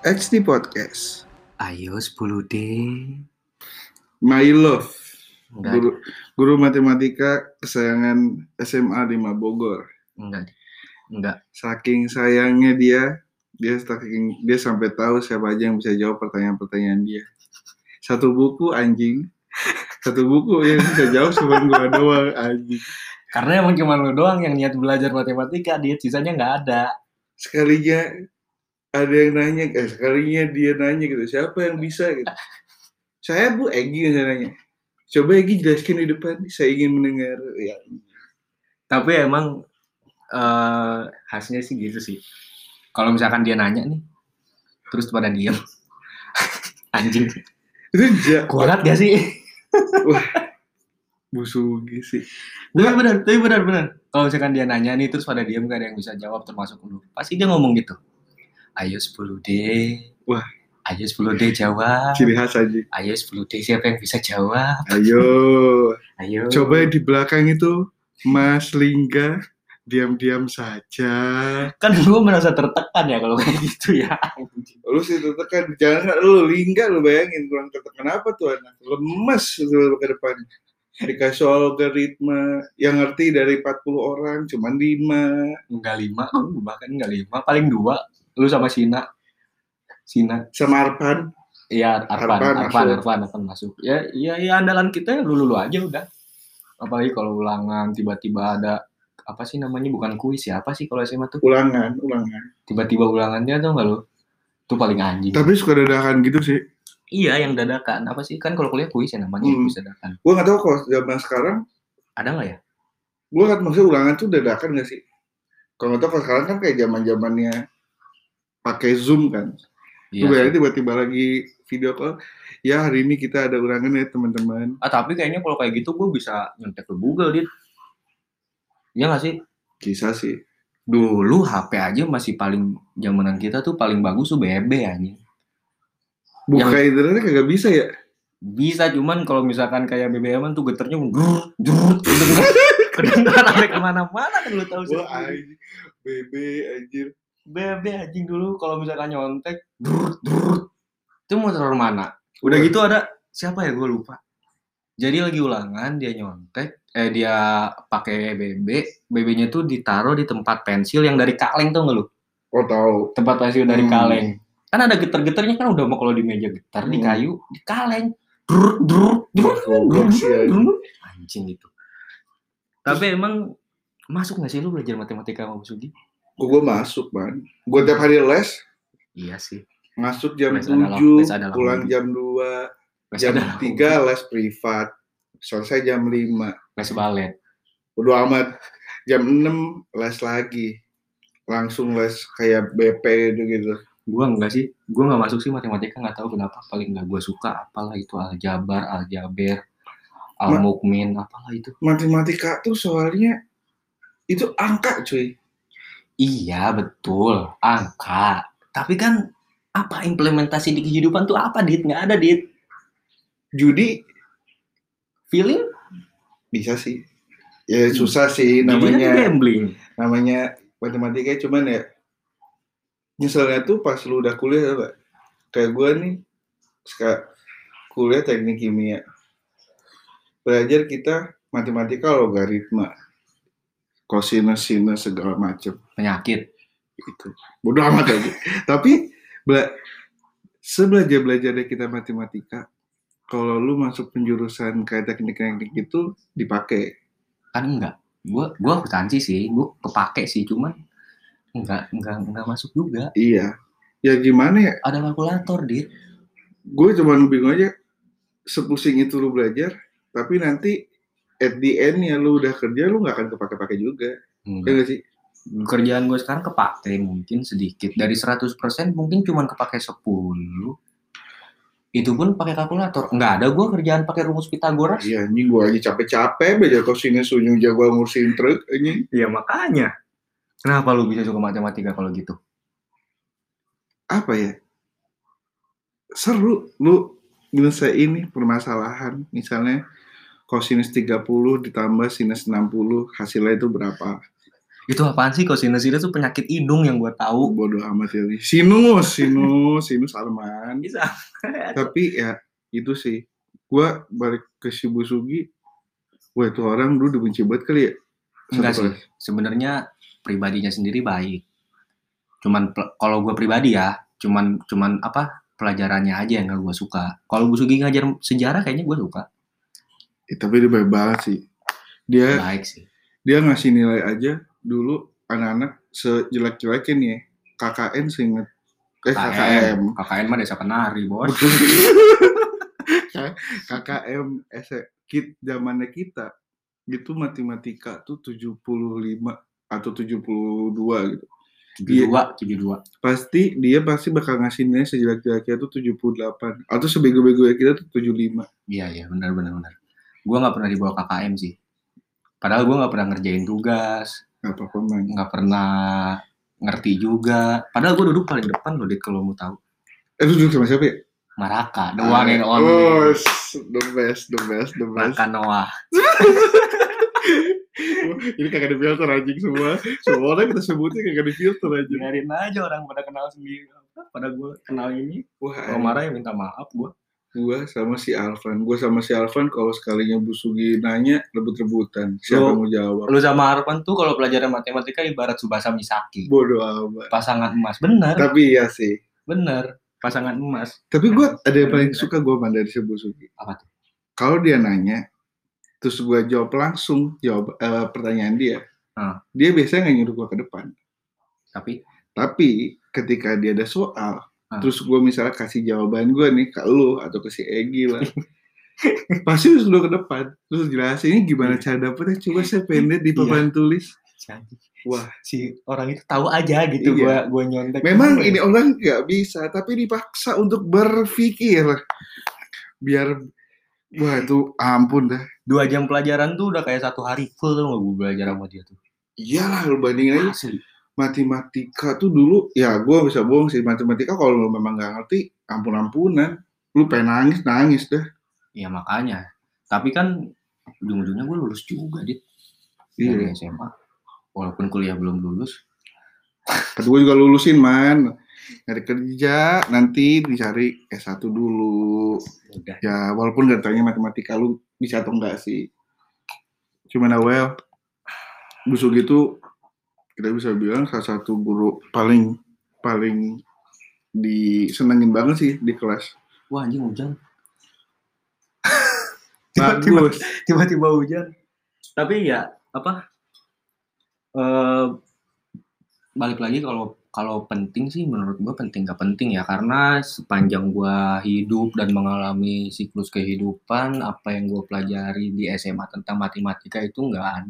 XD Podcast. Ayo 10D. My love. Enggak. Guru matematika kesayangan SMA 5 Bogor. Enggak. Saking sayangnya dia sampai tahu siapa aja yang bisa jawab pertanyaan-pertanyaan dia. Satu buku anjing. Satu buku yang bisa jawab cuma gua doang anjing. Karena emang cuma lu doang yang niat belajar matematika, dia sisanya nggak ada. Sekalinya ada yang nanya, sekalinya dia nanya gitu, siapa yang bisa gitu. Saya Bu Egi yang nanya. Coba Egi jelaskan di depan, saya ingin mendengar. Ya. Tapi emang hasilnya sih gitu sih. Kalau misalkan dia nanya nih, terus pada diem. Anjing. Itu kuat gak sih? Wah, busugi sih. Tapi benar. Kalau misalkan dia nanya nih, terus pada diem gak ada yang bisa jawab termasuk lu. Pasti dia ngomong gitu. Ayo 10D. Wah. Ayo 10D jawab. Ciri khas aja. Ayo 10D siapa yang bisa jawab? Ayo. Coba di belakang itu Mas Lingga diam-diam saja. Kan gue merasa tertekan ya kalau kayak gitu ya. Lu sih tertekan. Jangan lu Lingga lu bayangin kurang tertekan apa tuh anak. Lemes gitu ke depan. Dikasih algoritma yang ngerti dari 40 orang cuman 5. Enggak 5, bahkan enggak 5, paling 2. Lu sama Sina sama Arpan. Iya, Arpan masuk. Ya andalan kita ya lulu aja udah. Apalagi kalau ulangan tiba-tiba ada apa sih namanya, bukan kuis ya, apa sih kalau SMA tuh? Ulangan. Tiba-tiba ulangannya tuh enggak lu? Itu paling anjing. Tapi suka dadakan gitu sih. Iya, yang dadakan. Apa sih? Kan kalau kuliah kuis ya namanya, kuis dadakan. Gue nggak tahu kalau zaman sekarang ada nggak ya? Gue kan maksudnya ulangan tuh dadakan nggak sih? Kalau nggak tahu kalau sekarang kan kayak zaman-zamannya pakai Zoom kan. Iya, berarti tiba-tiba lagi video call. Ya hari ini kita ada ulangan ya teman-teman. Tapi kayaknya kalau kayak gitu gue bisa nyontek ke Google dit. Iya nggak sih? Bisa sih. Dulu HP aja masih paling zamanan kita tuh paling bagus tuh BB anjing. Buka internetnya kagak bisa ya? Bisa, cuman kalau misalkan kayak BBM tuh geternya kedengaran sampai kemana-mana kan lu tahu sih. Wah anjing, BB anjing dulu kalau misalkan nyontek itu mau taruh mana? Udah gitu ada siapa ya gue lupa. Jadi lagi ulangan dia nyontek, dia pakai BB-nya tuh ditaruh di tempat pensil yang dari kaleng tuh nggak lu? Oh tahu. Tempat pensil dari kaleng. Kan ada getar-getarnya kan udah mau kalau di meja getar di kayu di kaleng. Anjing itu. Tapi emang masuk nggak sih lu belajar matematika sama Sugi? Gue masuk man. Gue tiap hari les. Iya sih. Masuk jam 7, pulang jam 2, jam 3 les privat. Selesai jam 5. Les balet. Udah amat. Jam 6 les lagi. Langsung les kayak BP gitu. Gue enggak sih. Gue nggak masuk sih matematika, nggak tahu kenapa. Paling nggak gue suka apalah itu aljabar, al-mukmin, apalah itu. Matematika tuh soalnya itu angka cuy. Iya betul, angka. Tapi kan apa implementasi di kehidupan tuh apa, Dit? Nggak ada, Dit. Judi? Feeling? Bisa sih. Ya susah sih namanya. Gambling. Namanya matematika cuman ya misalnya tuh pas lu udah kuliah apa? Kayak gue nih kuliah teknik kimia. Belajar kita matematika logaritma. Kosinus, sinus, segala macam. Penyakit. Itu. Bodoh amat aja. Tapi sebelajar-belajarnya kita matematika, kalau lu masuk penjurusan kayak teknik-teknik itu dipakai. Kan enggak. Gue akuntansi sih, gue kepake sih, cuman enggak masuk juga. Iya. Ya gimana ya? Ada kalkulator, Dit. Gue cuma bingung aja, sepusing itu lu belajar, tapi nanti at the end ya lu udah kerja, lu gak akan kepake-pake juga. Enggak sih? Kerjaan gue sekarang kepake mungkin sedikit. Dari 100% mungkin cuma kepake 10. Itu pun pakai kalkulator. Enggak ada gue kerjaan pakai rumus Pitagoras. Iya, ini gue aja capek-capek belajar kosinus, sunyung, jago ngurusin truk ini. Iya makanya. Kenapa lu bisa suka matematika kalau gitu? Apa ya? Seru lu nyelesain permasalahan. Misalnya kosinus 30 ditambah sinus 60 hasilnya itu berapa? Itu apaan sih? Kok sinus tuh penyakit hidung yang gue tahu. Bodoh amat ya. Sinus Arman. Bisa. Tapi ya itu sih. Gua balik ke si Busugi. Wah itu orang dulu dibenci banget kali ya. Enggak sih. Sebenarnya pribadinya sendiri baik. Cuman kalau gue pribadi ya, cuman apa? Pelajarannya aja yang gak gue suka. Kalau Busugi ngajar sejarah kayaknya gue suka. Tapi dia baik banget sih. Dia baik sih. Dia ngasih nilai aja dulu anak-anak sejelek-jeleknya nih. KKN seinget. KKN mah desa penari, bos. KKM kit zamannya kita itu matematika tuh 75 atau 72 gitu. 72. Pasti bakal ngasih nilai sejelek-jeleknya tuh 78 atau sebego-bego kita tuh 75. Iya, benar. Gue nggak pernah dibawa KKM sih. Padahal gue nggak pernah ngerjain tugas. Nggak apa-apa, man. Nggak pernah ngerti juga. Padahal gue duduk paling depan loh, Dit, kalau mau tahu. Lu duduk sama siapa ya? Maraka, the one and only. Oh, the best. Maraka Noah. Ini kagak di filter anjing semua. Semua orang kita sebutnya kagak di filter anjing. Biarin aja orang pada kenal sendiri. Pada gue kenal ini. Kalau marah ya minta maaf gue. Gue sama si Alvan kalau sekalinya Busugi nanya rebut-rebutan. Siapa mau jawab? Lu sama Alvan tuh kalau pelajaran matematika ibarat Tsubasa Misaki. Bodoh amat. Pasangan emas, bener. Tapi iya sih. Bener, pasangan emas. Tapi gue ada yang paling suka gue dari si Busugi. Apa tuh? Kalau dia nanya, terus gue jawab langsung pertanyaan dia. Dia biasanya nggak nyuruh gue ke depan. Tapi ketika dia ada soal, terus gue misalnya kasih jawaban gue nih ke lu atau ke si Egi lah, pasti lu ke depan, terus jelasin ini gimana cara dapetnya. Coba saya pendek di papan tulis. Wah, si orang itu tahu aja gitu. Iya. Gue nyontek. Memang ini orang nggak bisa, tapi dipaksa untuk berpikir biar. Wah itu ampun dah. 2 jam pelajaran tuh udah kayak 1 hari full tuh gue belajar sama dia tuh. Iyalah lu bandingin aja. Matematika tuh dulu, ya gue bisa bohong sih. Matematika kalau lu memang gak ngerti, ampun-ampunan. Lu pengen nangis dah. Iya makanya. Tapi kan ujung-ujungnya gue lulus juga, Dit. Dari SMA. Walaupun kuliah belum lulus. Tapi gue juga lulusin, man. Nyari kerja, nanti dicari S1 dulu. Udah. Ya, walaupun gak tanya matematika lu bisa atau enggak sih. Cuman Busugi itu kita bisa bilang salah satu guru paling disenengin banget sih di kelas. Wah anjing hujan. Bagus. Tiba-tiba hujan. Tapi ya apa? Balik lagi kalau penting sih menurut gue penting gak penting ya, karena sepanjang gue hidup dan mengalami siklus kehidupan, apa yang gue pelajari di SMA tentang matematika itu nggak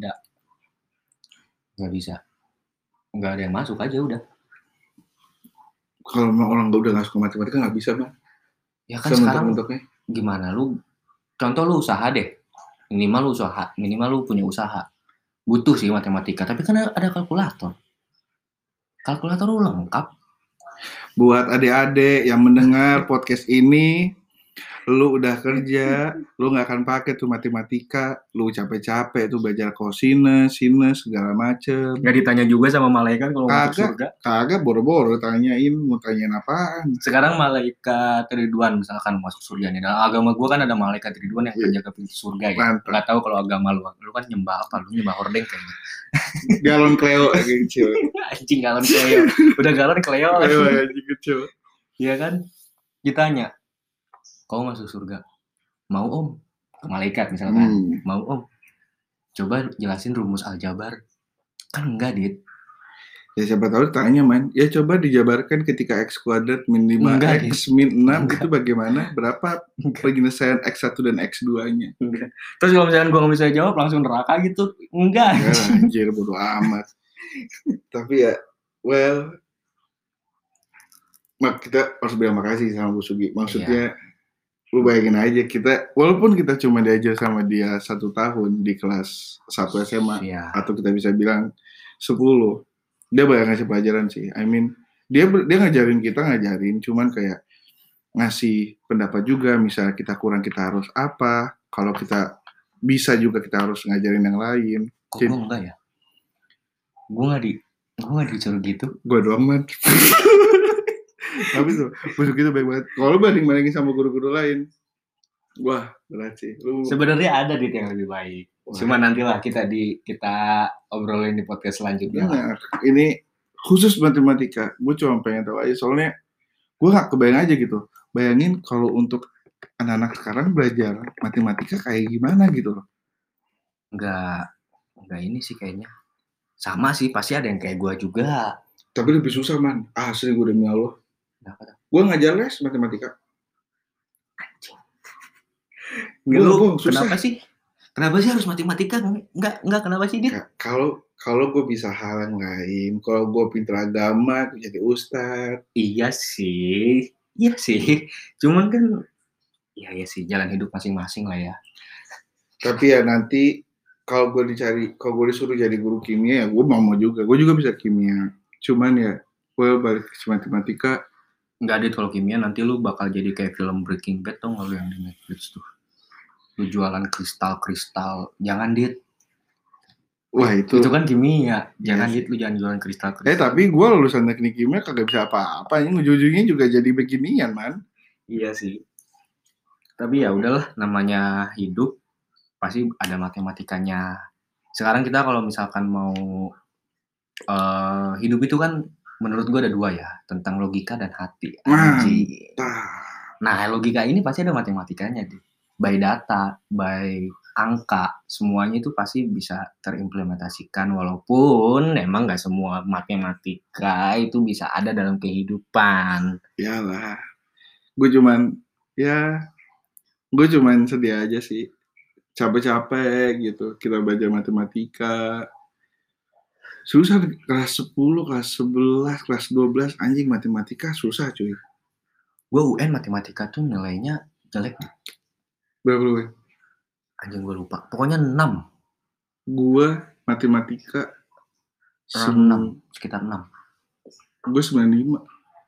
bisa. Nggak ada yang masuk aja udah. Kalau orang udah nggak suka matematika nggak bisa, Bang. Ya kan sekarang gimana lu? Contoh lu usaha deh. Minimal lu punya usaha. Butuh sih matematika, tapi kan ada kalkulator. Kalkulator lu lengkap. Buat adik-adik yang mendengar podcast ini, lu udah kerja, lu nggak akan pakai tuh matematika, lu capek-capek tuh belajar kosinus, sinus, segala macem. Nggak ditanya juga sama malaikat kalau masuk surga? Kagak, boro-boro tanyain, mau tanyain apaan. Sekarang malaikat Ridwan misalkan masuk surga nih. Dalam agama gue kan ada malaikat Ridwan yang jaga pintu surga ya. Nggak tahu kalau agama lu kan nyembah apa? Lu nyembah hordeng kayaknya. Galon Cleo kecil. Anjing galon Cleo. Udah galon Cleo. Anjing kecil. Iya kan? Ditanya, kau masuk surga, mau om? Ke malaikat misalkan, mau om? Coba jelasin rumus aljabar. Kan enggak, Dit. Ya siapa tahu tanya, man. Ya coba dijabarkan ketika X kuadrat min 5X min 6 itu bagaimana? Berapa penyelesaian X1 dan X2-nya? Terus kalau misalkan gue nggak bisa jawab langsung neraka gitu? Enggak. Anjir, bodo amat. Tapi ya, well, kita harus bilang makasih sama Busugi. Maksudnya, lu bayangin aja kita, walaupun kita cuma diajar sama dia 1 tahun di kelas 1 SMA, atau kita bisa bilang 10, dia banyak ngasih pelajaran sih. I mean, dia ngajarin, cuman kayak ngasih pendapat juga. Misalnya kita kurang, kita harus apa. Kalau kita bisa juga kita harus ngajarin yang lain. Kok gue enggak ya? Gue nggak disuruh gitu. Gue doang man. Tapi tuh busuk itu baik banget. Kalau banding-bandingin sama guru-guru lain, wah berat sih. Sebenarnya ada yang lebih baik. Cuma nantilah kita obrolin di podcast selanjutnya. Benar. Ini khusus matematika. Gue cuma pengen tahu aja. Soalnya gue gak kebayang aja gitu. Bayangin kalau untuk anak-anak sekarang belajar matematika kayak gimana gitu loh. Enggak ini sih kayaknya. Sama sih, pasti ada yang kayak gue juga. Tapi lebih susah man. Asli gue demi Allah. Gue ngajar les matematika. Anjing. Lu kenapa sih? Kenapa sih harus matematika? Enggak kenapa sih dia? Kalau gue bisa hal yang lain, kalau gue pinter agama, gue jadi ustadz. Iya sih. Cuman kan, ya sih jalan hidup masing-masing lah ya. Tapi ya nanti kalau gue disuruh jadi guru kimia, ya gue mau juga. Gue juga bisa kimia. Cuman ya, gue balik ke matematika. Enggak, Dit, kalau kimia nanti lu bakal jadi kayak film Breaking Bad, tau nggak lu yang di Netflix tuh? Lu jualan kristal. Jangan, Dit. Wah itu kan kimia. Jangan, Dit, lu jangan jualan kristal. Tapi gue lulusan teknik kimia kagak bisa apa-apa. Ini ujung-ujungnya juga jadi beginian, man. Iya sih. Tapi ya udahlah, namanya hidup pasti ada matematikanya. Sekarang kita kalau misalkan mau hidup itu kan menurut gue ada dua ya, tentang logika dan hati. Nah, logika ini pasti ada matematikanya deh. By data, by angka, semuanya itu pasti bisa terimplementasikan, walaupun emang nggak semua matematika itu bisa ada dalam kehidupan. Iyalah, gue cuman sedih aja sih, capek-capek gitu kita belajar matematika. Susah kelas 10, kelas 11, kelas 12 anjing matematika susah cuy. Gue UN matematika tuh nilainya jelek. Berapa lu? Anjing gue lupa. Pokoknya 6. Gue matematika 6, sekitar 6. Gue 95.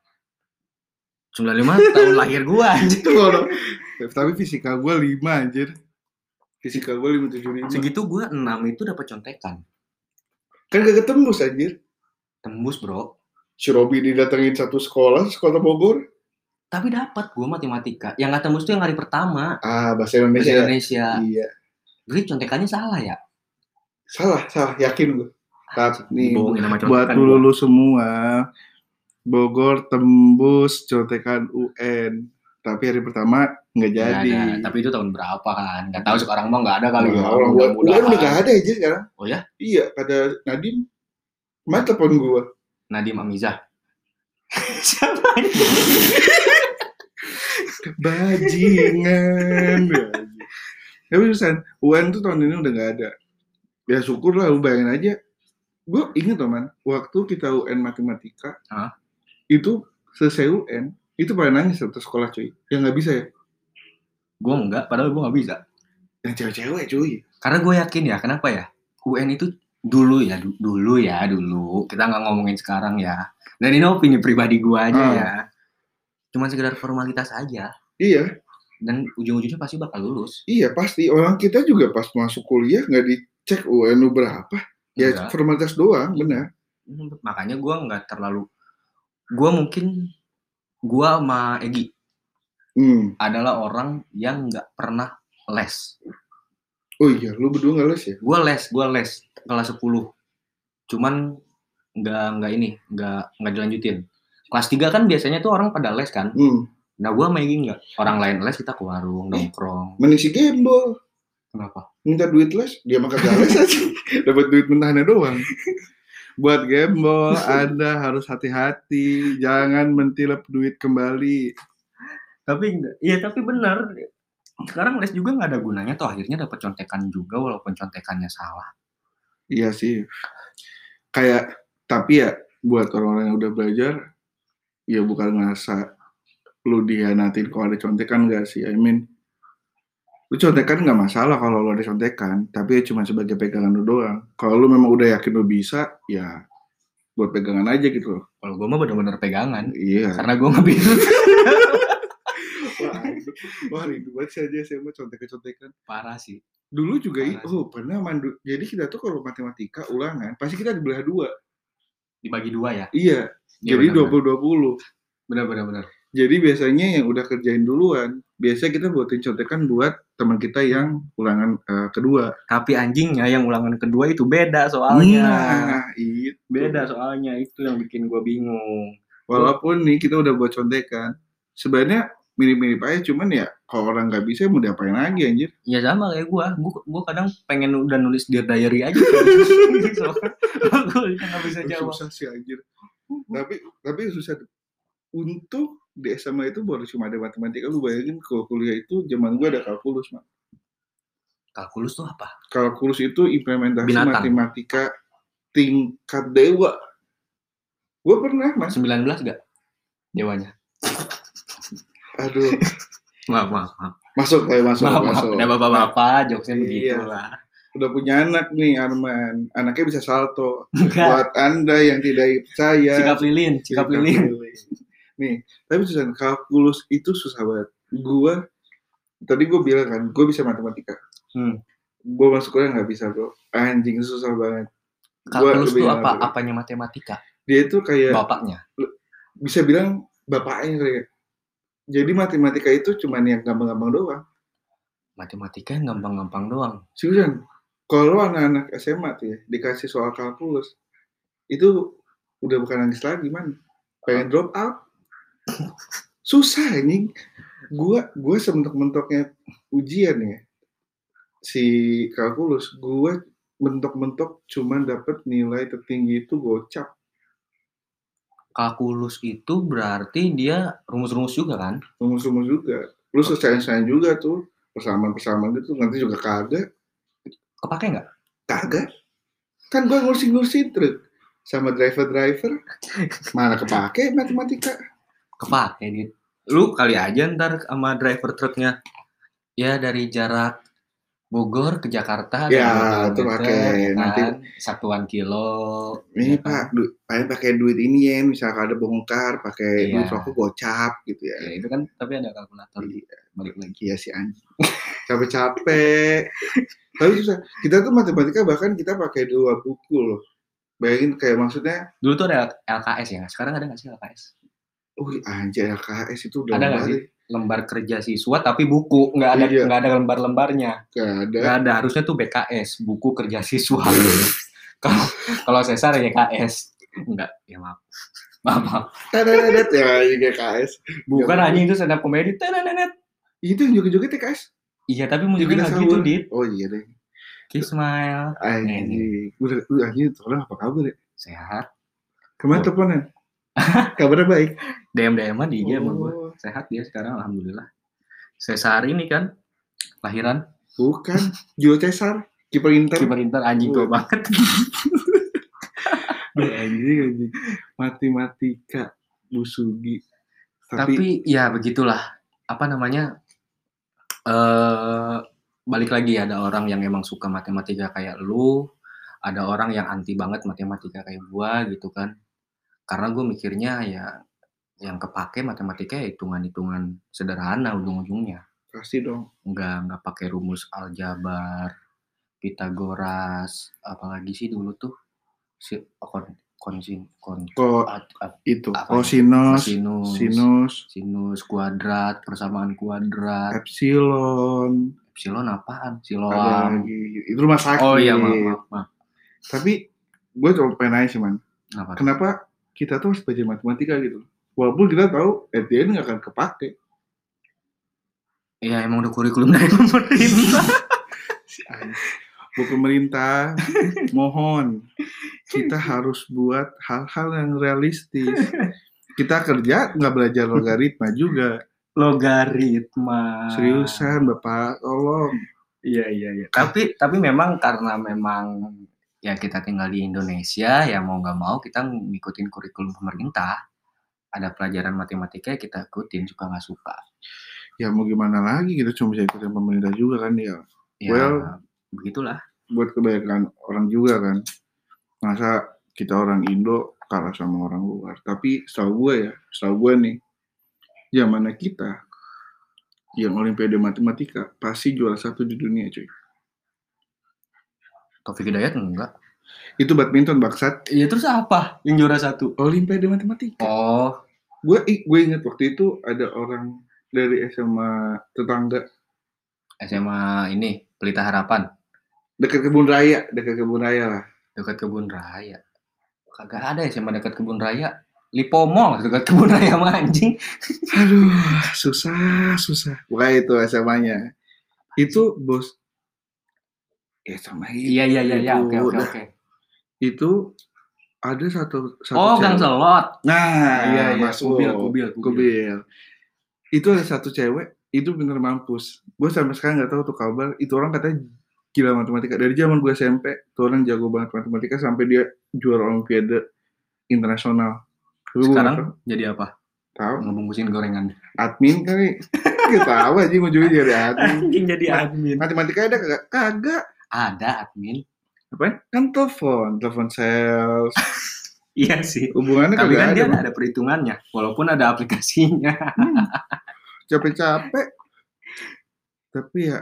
95 tahun lahir gue anjir. Tapi fisika gue 5 anjir. Fisika gue 575. Segitu gue 6 itu dapat contekan. Kan gak ketembus anjir. Tembus bro. Si Robi didatengin satu sekolah Bogor. Tapi dapat gue matematika. Yang gak tembus tuh yang hari pertama. Bahasa Indonesia. Iya. Jadi contekannya salah ya? Salah, yakin gue. Tapi buat lu semua, Bogor tembus contekan UN. Tapi hari pertama nggak jadi. Tapi itu tahun berapa kan? Nggak tahu sekarang mah nggak ada kali ya. UN udah nggak ada aja sekarang. Oh ya? Iya, kata Nadim. Mana telepon gue? Nadim Amizah. Siapa ini? Bajingan. Tapi Susan, UN tuh tahun ini udah nggak ada. Ya syukur lah, lu bayangin aja. Gue inget teman, waktu kita UN matematika, itu selesai UN, itu pada nangis satu sekolah cuy. Yang nggak bisa ya? Gue enggak, padahal gue nggak bisa. Yang cewek-cewek cuy. Karena gue yakin ya, kenapa ya? UN itu dulu. Kita nggak ngomongin sekarang ya. Dan ini opini pribadi gue aja ya. Cuma sekedar formalitas aja. Iya. Dan ujung-ujungnya pasti bakal lulus. Iya pasti. Orang kita juga pas masuk kuliah nggak dicek UN lu berapa. Ya enggak. Formalitas doang, benar. Makanya gue nggak terlalu. Gue sama Egi adalah orang yang nggak pernah les. Oh iya, lu berdua nggak les ya? Gue les kelas 10. Cuman nggak dilanjutin. Kelas 3 kan biasanya tuh orang pada les kan. Nah gue sama Egi nggak. Orang lain les, kita ke warung, nongkrong. Mending si gembol. Kenapa? Minta duit les, dia makan les aja. Dapat duit mentahannya doang. Buat gembol, Anda harus hati-hati. Jangan mentilep duit kembali. Tapi benar. Sekarang les juga nggak ada gunanya tuh. Akhirnya dapat contekan juga walaupun contekannya salah. Iya sih. Tapi ya buat orang-orang yang udah belajar, ya bukan ngerasa lu dihianatin kalau ada contekan nggak sih? I mean, lu contekan nggak masalah kalau lu ada contekan, tapi ya cuma sebagai pegangan lu doang. Kalau lu memang udah yakin lu bisa, ya buat pegangan aja gitu. Kalau gue mah benar-benar pegangan. Iya. Karena gue nggak bisa. Wah, rindu banget sih aja saya mau contekan. Parah sih. Dulu juga Parah. pernah jadi kita tuh kalau matematika ulangan pasti kita dibelah dua. Dibagi dua ya? Iya, Iya jadi benar-benar. 20-20. Benar-benar. Jadi biasanya yang udah kerjain duluan, biasanya kita buatin contekan buat teman kita yang ulangan kedua. Tapi anjingnya yang ulangan kedua itu beda soalnya. Nah, itu. Beda soalnya, itu yang bikin gue bingung. Walaupun nih kita udah buat contekan, sebenarnya mirip-mirip aja, cuman ya kalau orang nggak bisa mau diapain lagi anjir. Ya sama kayak gue kadang pengen udah nulis dear diary aja. Gue nggak bisa jawab. Susah sih anjir. Tapi susah. Untuk di SMA itu baru cuma ada matematika. Lu bayangin kalau kuliah itu zaman gue ada kalkulus, Mak. Kalkulus tuh apa? Kalkulus itu implementasi Binatang. matematika tingkat dewa. Gue pernah, Mas. 19 gak dewanya? Aduh. Maaf. Masuk. Udah bapak-bapak, jokesnya Iya. begitulah. Udah punya anak nih Arman, anaknya bisa salto. Buat Anda yang tidak percaya, Sikap lilin. Nih, tapi susah, kalkulus itu susah banget. Tadi gue bilang kan, gue bisa matematika. Gue masuk kuliah nggak bisa, bro. Anjing, susah banget. Kalkulus itu apanya matematika? Dia itu kayak bapaknya. Bisa bilang bapaknya kayak. Jadi matematika itu cuma yang gampang-gampang doang. Matematika yang gampang-gampang doang. Seriusan. Kalau anak-anak SMA tuh ya, dikasih soal kalkulus, itu udah bukan nangis lagi, man. Pengen drop out. Susah anjing. Gue sementok-mentoknya ujian ya, si kalkulus, gue mentok-mentok cuman dapet nilai tertinggi itu gocap. Kalkulus itu berarti dia rumus-rumus juga kan? Rumus-rumus juga. Lu selesai juga tuh, persamaan gitu, nanti juga kagak. Kepake nggak? Kagak. Kan gue ngurusin truk sama driver, mana kepake matematika? Kepake gitu. Lu kali aja ntar sama driver truknya, ya dari jarak Bogor ke Jakarta ya itu pakai kan? nanti satuan kilo. Ini ya kan? Pak, pakai duit ini ya, misalkan ada bongkar, pakai duit rokok gocap gitu ya. Ya itu kan, tapi ada kalkulator. Balik lagi. Iya sih anjing. Capek-capek. Tapi susah. Kita tuh matematika bahkan kita pakai 2 buku loh. Bayangin kayak maksudnya. Dulu tuh ada LKS ya, sekarang ada nggak sih LKS? Anjir, LKS itu udah ada nggak sih? Lembar kerja siswa tapi buku, nggak ada lembar-lembarnya. Nggak ada. Harusnya tuh BKS, buku kerja siswa. Kalau Sesar ya KS. Enggak, ya maaf. Tenenet ya GKS. Bukan anjing, itu stand up comedy. Tenenet. Itu yang joget-joget TKS. Iya, tapi musiknya nggak gitu, Dit. Oh iya deh. Kiss smile. Anjing. Anjing, orang apa kabar ya? Sehat. Kemana teleponan? Kabarnya baik. DM-an di IG sama gue. Sehat dia sekarang, alhamdulillah. Cesar ini kan lahiran. Bukan, Julio Cesar, kiper Inter anjing tua banget. anjing. Matematika Busugi. Tapi ya begitulah. Apa namanya? Balik lagi, ada orang yang emang suka matematika kayak lu, ada orang yang anti banget matematika kayak gua gitu kan. Karena gue mikirnya ya yang kepake matematika ya hitungan-hitungan sederhana ujung-ujungnya. Pasti dong. Nggak pakai rumus aljabar, Pitagoras, apalagi sih dulu tuh sinus, kuadrat, persamaan kuadrat, epsilon apaan? Siloam. Itu rumah sakit. Oh iya, maaf. Tapi gue coba pengen nanya sih, man. Kenapa kita tuh harus belajar matematika gitu? Walaupun kita tahu at the end nggak akan kepake. Iya, emang udah kurikulum dari pemerintah. Bu pemerintah, mohon kita harus buat hal-hal yang realistis. Kita kerja nggak belajar logaritma juga. Logaritma. Seriusan, Bapak, tolong. Iya. Tapi memang karena ya kita tinggal di Indonesia, ya mau nggak mau kita ngikutin kurikulum pemerintah. Ada pelajaran matematika kita ikutin, suka nggak suka. Ya mau gimana lagi, kita cuma bisa ikutin pemerintah juga kan ya. Ya begitulah. Buat kebaikan orang juga kan. Masa kita orang Indo kalah sama orang luar. Tapi setahu gue nih, zamannya kita yang Olimpiade Matematika pasti juara 1 di dunia, cuy. Taufik Hidayat enggak. Itu badminton bangsat. Iya, terus apa yang juara 1? Olimpiade matematika. Oh, Gue inget waktu itu ada orang dari SMA tetangga SMA ini Pelita Harapan, dekat kebun raya lah. dekat kebun raya. Kagak ada SMA dekat kebun raya. Lipo Mall dekat kebun raya mah anjing. Aduh, susah. Bukan itu SMA-nya. Itu bos. Ya sama itu. Iya. Oke. Itu ada satu Oh, Gang cewek. Selot. Nah, Iya. masuk. Kubil. Itu ada satu cewek, itu bener mampus. Gue sampai sekarang nggak tahu tuh kabar. Itu orang katanya gila matematika. Dari zaman gue SMP, tuh orang jago banget matematika sampai dia juara Olimpiade internasional. Sekarang jadi apa? Tahu? Ngebungkusin gorengan. Admin kali. Kita tahu aja ujungnya jadi admin. Anjing jadi admin. Matematika ada kagak? Ada admin. Apa? Kan telepon sales. Iya sih. Hubungannya tapi kan ada. Dia ada perhitungannya, walaupun ada aplikasinya. Capek-capek. Tapi ya,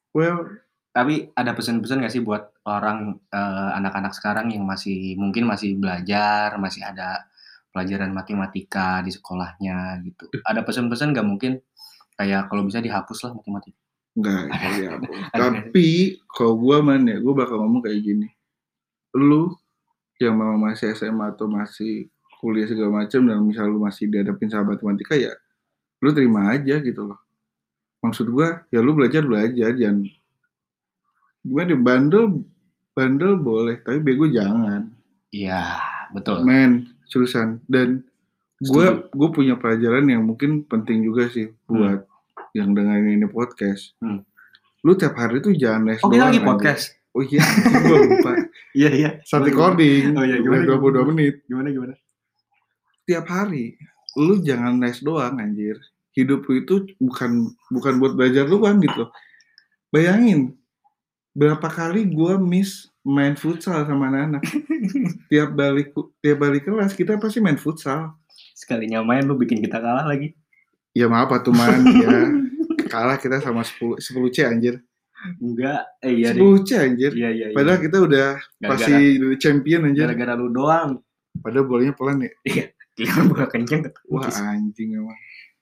Tapi ada pesan-pesan nggak sih buat orang anak-anak sekarang yang mungkin masih belajar, masih ada pelajaran matematika di sekolahnya gitu. Ada pesan-pesan nggak mungkin kayak kalau bisa dihapus lah matematika? Enggak, ya. Tapi kalau gue bakal ngomong kayak gini. Lu yang mau masih SMA atau masih kuliah segala macam dan misal lu masih dihadapin sama matematika ya lu terima aja gitu loh. Maksud gue ya lu belajar jangan gimana bandel boleh tapi bego jangan. Iya, betul. Men, seriusan. Dan gue punya pelajaran yang mungkin penting juga sih buat yang dengerin ini podcast. Lu tiap hari tuh jangan les doang. Kita lagi podcast. Oh iya, gue lupa. Iya. Saat recording. Oh iya, gimana? 22 menit. Gimana? Tiap hari lu jangan les doang anjir. Hidup lu itu bukan buat belajar doang gitu. Bayangin berapa kali gue miss main futsal sama anak-anak. tiap balik kelas kita pasti main futsal. Sekalinya main lu bikin kita kalah lagi. Ya maaf tuh man ya. Kalah kita sama 10C anjir. Enggak, iya 10C anjir. Iya. Padahal kita udah pasti champion anjir. Gara-gara lu doang. Padahal bolanya pelan ya. Iya. Gila bola kenceng. Wah anjing emang.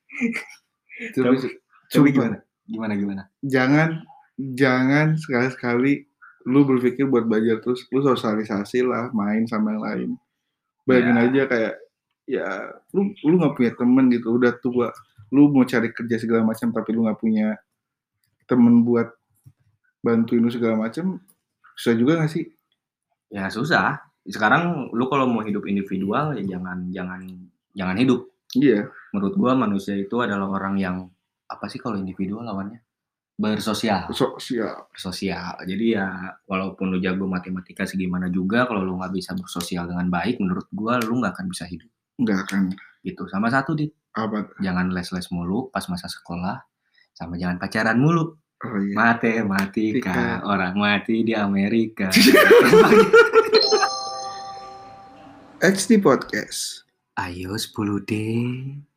Coba gimana? Jangan sekali-sekali lu berpikir buat belajar terus lu sosialisasi lah, main sama yang lain. Bayangin aja kayak ya lu nggak punya temen gitu, udah tua, lu mau cari kerja segala macam tapi lu nggak punya temen buat bantuin lu segala macam, susah juga nggak sih? Ya susah. Sekarang lu kalau mau hidup individual ya jangan hidup. Iya. Menurut gua manusia itu adalah orang yang apa sih kalau individual lawannya? Bersosial. Jadi ya walaupun lu jago matematika segimana juga kalau lu nggak bisa bersosial dengan baik, menurut gua lu nggak akan bisa hidup. Nggak akan. Gitu. Sama satu Dit. Apa? Jangan les mulu pas masa sekolah, sama jangan pacaran mulu. Oh, iya. Matematika, orang mati di Amerika. HD Podcast. Ayo 10D.